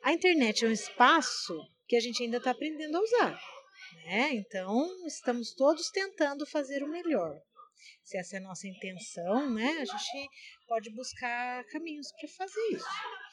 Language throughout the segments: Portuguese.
A internet é um espaço que a gente ainda está aprendendo a usar, né? Então, estamos todos tentando fazer o melhor. Se essa é a nossa intenção, né? A gente pode buscar caminhos para fazer isso.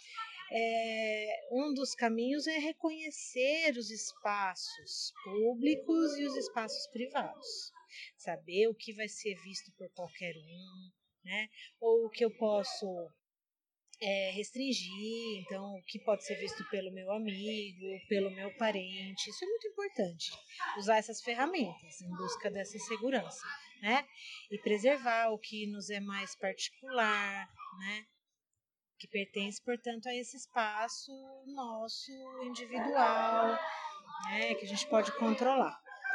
Um dos caminhos é reconhecer os espaços públicos e os espaços privados. Saber o que vai ser visto por qualquer um, né? Ou o que eu posso restringir, então o que pode ser visto pelo meu amigo, pelo meu parente. Isso é muito importante, usar essas ferramentas em busca dessa segurança, né? E preservar o que nos é mais particular, né? Que pertence, portanto, a esse espaço nosso individual, né? Que a gente pode controlar.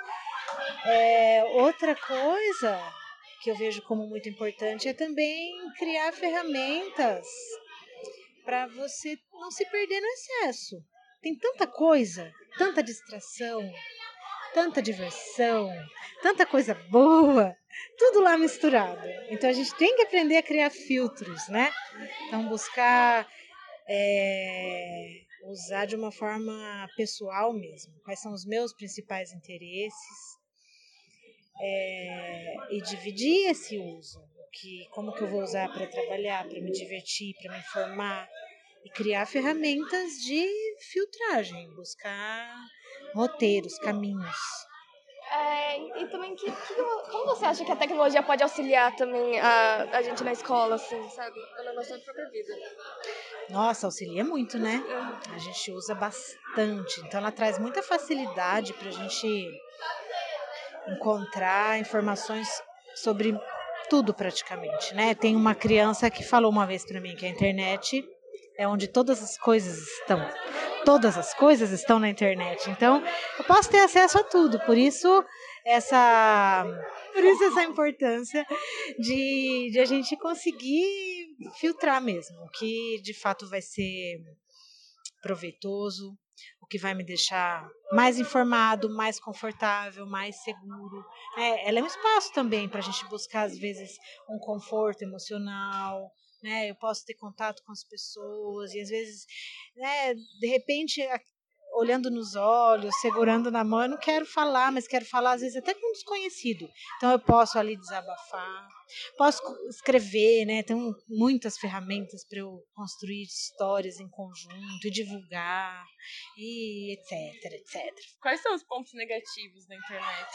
Outra coisa que eu vejo como muito importante é também criar ferramentas para você não se perder no excesso. Tem tanta coisa, tanta distração, tanta diversão, tanta coisa boa, tudo lá misturado. Então a gente tem que aprender a criar filtros, né? Então buscar usar de uma forma pessoal mesmo. Quais são os meus principais interesses? E dividir esse uso. Como que eu vou usar para trabalhar, para me divertir, para me informar? E criar ferramentas de filtragem, buscar roteiros, caminhos. E também, como você acha que a tecnologia pode auxiliar também a gente na escola, assim, sabe? Na nossa própria vida? Nossa, auxilia muito, né? A gente usa bastante. Então, ela traz muita facilidade para a gente encontrar informações sobre tudo praticamente, né? Tem uma criança que falou uma vez para mim que a internet é onde todas as coisas estão. Todas as coisas estão na internet. Então, eu posso ter acesso a tudo. Por isso essa importância de a gente conseguir filtrar mesmo o que de fato vai ser proveitoso, o que vai me deixar mais informado, mais confortável, mais seguro. Ela é um espaço também para a gente buscar, às vezes, um conforto emocional, né? Eu posso ter contato com as pessoas e, às vezes, né, de repente, olhando nos olhos, segurando na mão, eu não quero falar, mas quero falar, às vezes, até com um desconhecido. Então, eu posso ali desabafar, posso escrever, né? Tem muitas ferramentas para eu construir histórias em conjunto e divulgar, e etc, etc. Quais são os pontos negativos da internet?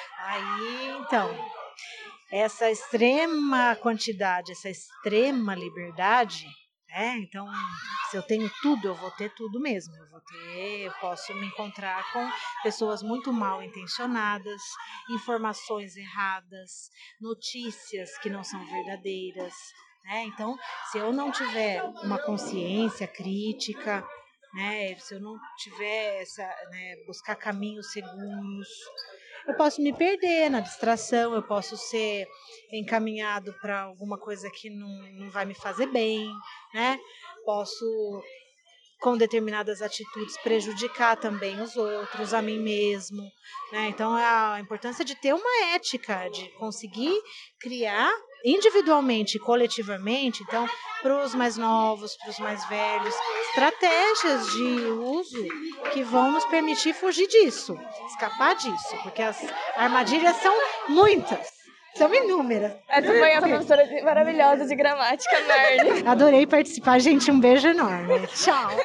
Então, essa extrema quantidade, essa extrema liberdade, então, se eu tenho tudo, eu vou ter tudo mesmo. Eu posso me encontrar com pessoas muito mal intencionadas, informações erradas, notícias que não são verdadeiras, né? Então, se eu não tiver uma consciência crítica, né, se eu não tiver buscar caminhos seguros, eu posso me perder na distração, eu posso ser encaminhado para alguma coisa que não vai me fazer bem, né? Posso, com determinadas atitudes, prejudicar também os outros, a mim mesmo, né? Então, a importância de ter uma ética, de conseguir criar individualmente e coletivamente, então, para os mais novos, para os mais velhos, estratégias de uso que vão nos permitir fugir disso, escapar disso, porque as armadilhas são muitas, são inúmeras. Essa foi a professora maravilhosa de gramática, Marli. Adorei participar, gente, um beijo enorme. Tchau.